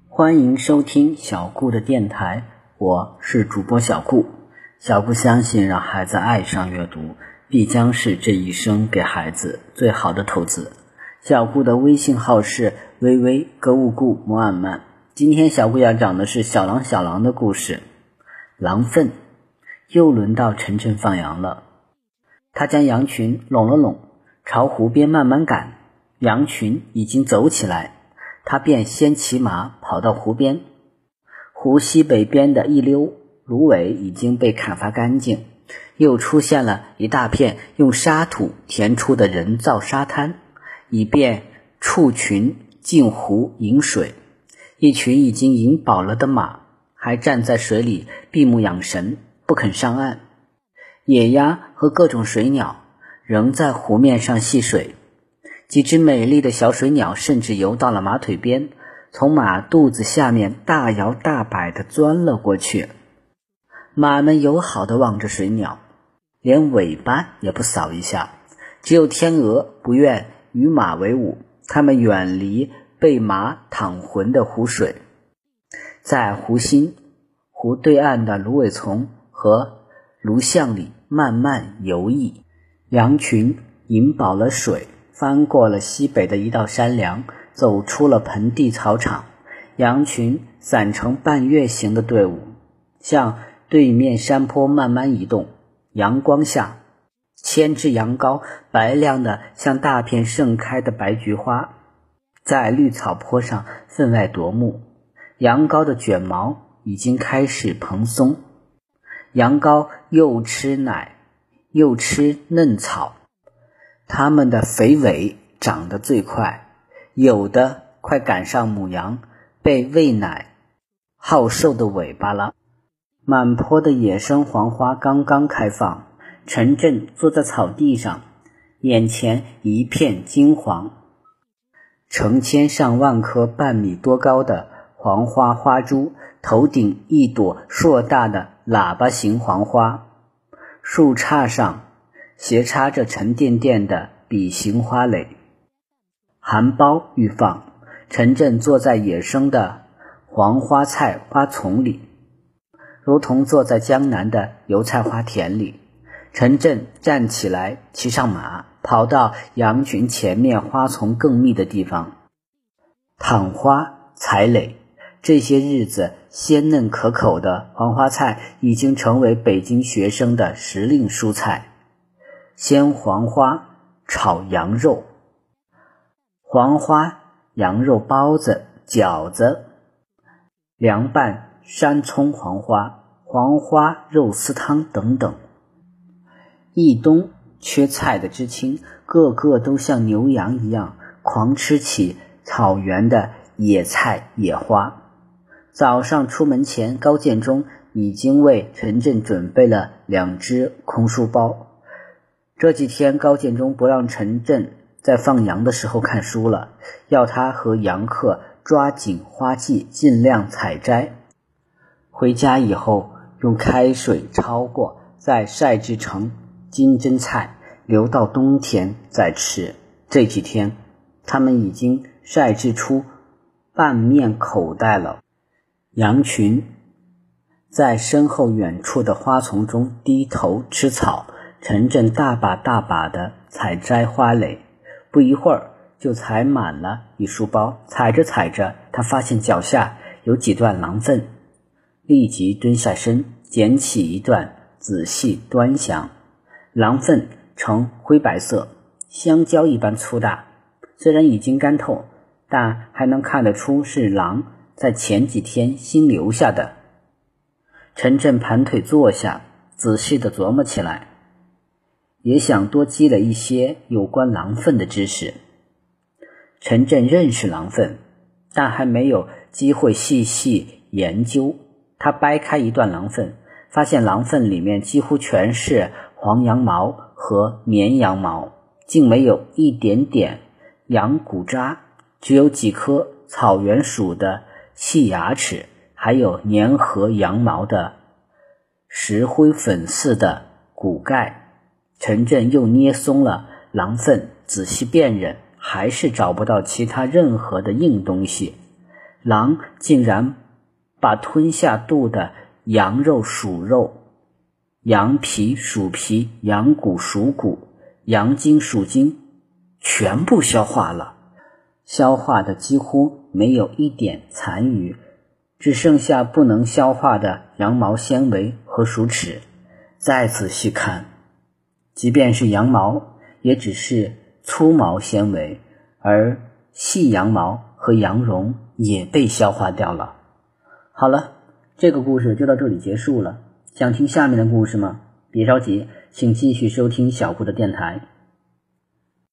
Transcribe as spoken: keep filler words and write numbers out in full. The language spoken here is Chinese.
欢迎收听小顾的电台，我是主播小顾。小顾相信让孩子爱上阅读，必将是这一生给孩子最好的投资。小顾的微信号是微微歌舞顾摩尔曼。今天小顾要讲的是小狼小狼的故事。狼粪，又轮到晨晨放羊了。他将羊群拢了拢，朝湖边慢慢赶。羊群已经走起来，他便先骑马跑到湖边。湖西北边的一溜芦苇已经被砍伐干净，又出现了一大片用沙土填出的人造沙滩，以便畜群进湖饮水。一群已经饮饱了的马还站在水里闭目养神，不肯上岸。野鸭和各种水鸟仍在湖面上戏水，几只美丽的小水鸟甚至游到了马腿边，从马肚子下面大摇大摆地钻了过去。马们友好地望着水鸟，连尾巴也不扫一下。只有天鹅不愿与马为伍，它们远离被马淌浑的湖水。在湖心湖对岸的芦苇丛和芦巷里慢慢游弋。羊群饮饱了水，翻过了西北的一道山梁，走出了盆地草场。羊群散成半月形的队伍，向对面山坡慢慢移动。阳光下，千只羊羔白亮的像大片盛开的白菊花，在绿草坡上分外夺目。羊羔的卷毛已经开始蓬松，羊羔又吃奶又吃嫩草，它们的肥尾长得最快，有的快赶上母羊被喂奶好瘦的尾巴了。满坡的野生黄花刚刚开放，陈震坐在草地上，眼前一片金黄。成千上万颗半米多高的黄花花株，头顶一朵硕大的喇叭形黄花，树杈上斜插着沉甸甸的笔形花蕾。含苞欲放，陈震坐在野生的黄花菜花丛里，如同坐在江南的油菜花田里。陈震站起来，骑上马，跑到羊群前面花丛更密的地方，躺花采蕾。这些日子鲜嫩可口的黄花菜已经成为北京学生的时令蔬菜。鲜黄花炒羊肉，黄花羊肉包子、饺子，凉拌山葱黄花、黄花肉丝汤等等。一冬缺菜的知青个个都像牛羊一样狂吃起草原的野菜野花。早上出门前，高建中已经为陈震准备了两只空书包。这几天高建中不让陈震在放羊的时候看书了，要他和羊客抓紧花季，尽量采摘。回家以后用开水焯过，再晒制成金针菜，留到冬天再吃。这几天他们已经晒制出半面口袋了。羊群在身后远处的花丛中低头吃草，陈震大把大把的采摘花蕾，不一会儿就采满了一书包。采着采着，他发现脚下有几段狼粪，立即蹲下身捡起一段仔细端详。狼粪呈灰白色，香蕉一般粗大，虽然已经干透，但还能看得出是狼在前几天新留下的。陈震盘腿坐下，仔细地琢磨起来，也想多积累一些有关狼粪的知识。陈震认识狼粪，但还没有机会细细研究。他掰开一段狼粪，发现狼粪里面几乎全是黄羊毛和绵羊毛，竟没有一点点羊骨渣，只有几颗草原属的细牙齿，还有粘合羊毛的石灰粉似的骨盖。陈震又捏松了狼粪，仔细辨认，还是找不到其他任何的硬东西。 狼竟然把吞下肚的羊肉、鼠肉、羊皮、鼠皮、羊骨、鼠骨、羊筋、鼠筋全部消化了，消化的几乎没有一点残余，只剩下不能消化的羊毛纤维和鼠齿。再仔细看，即便是羊毛，也只是粗毛纤维，而细羊毛和羊绒也被消化掉了。好了，这个故事就到这里结束了。想听下面的故事吗？别着急，请继续收听小顾的电台。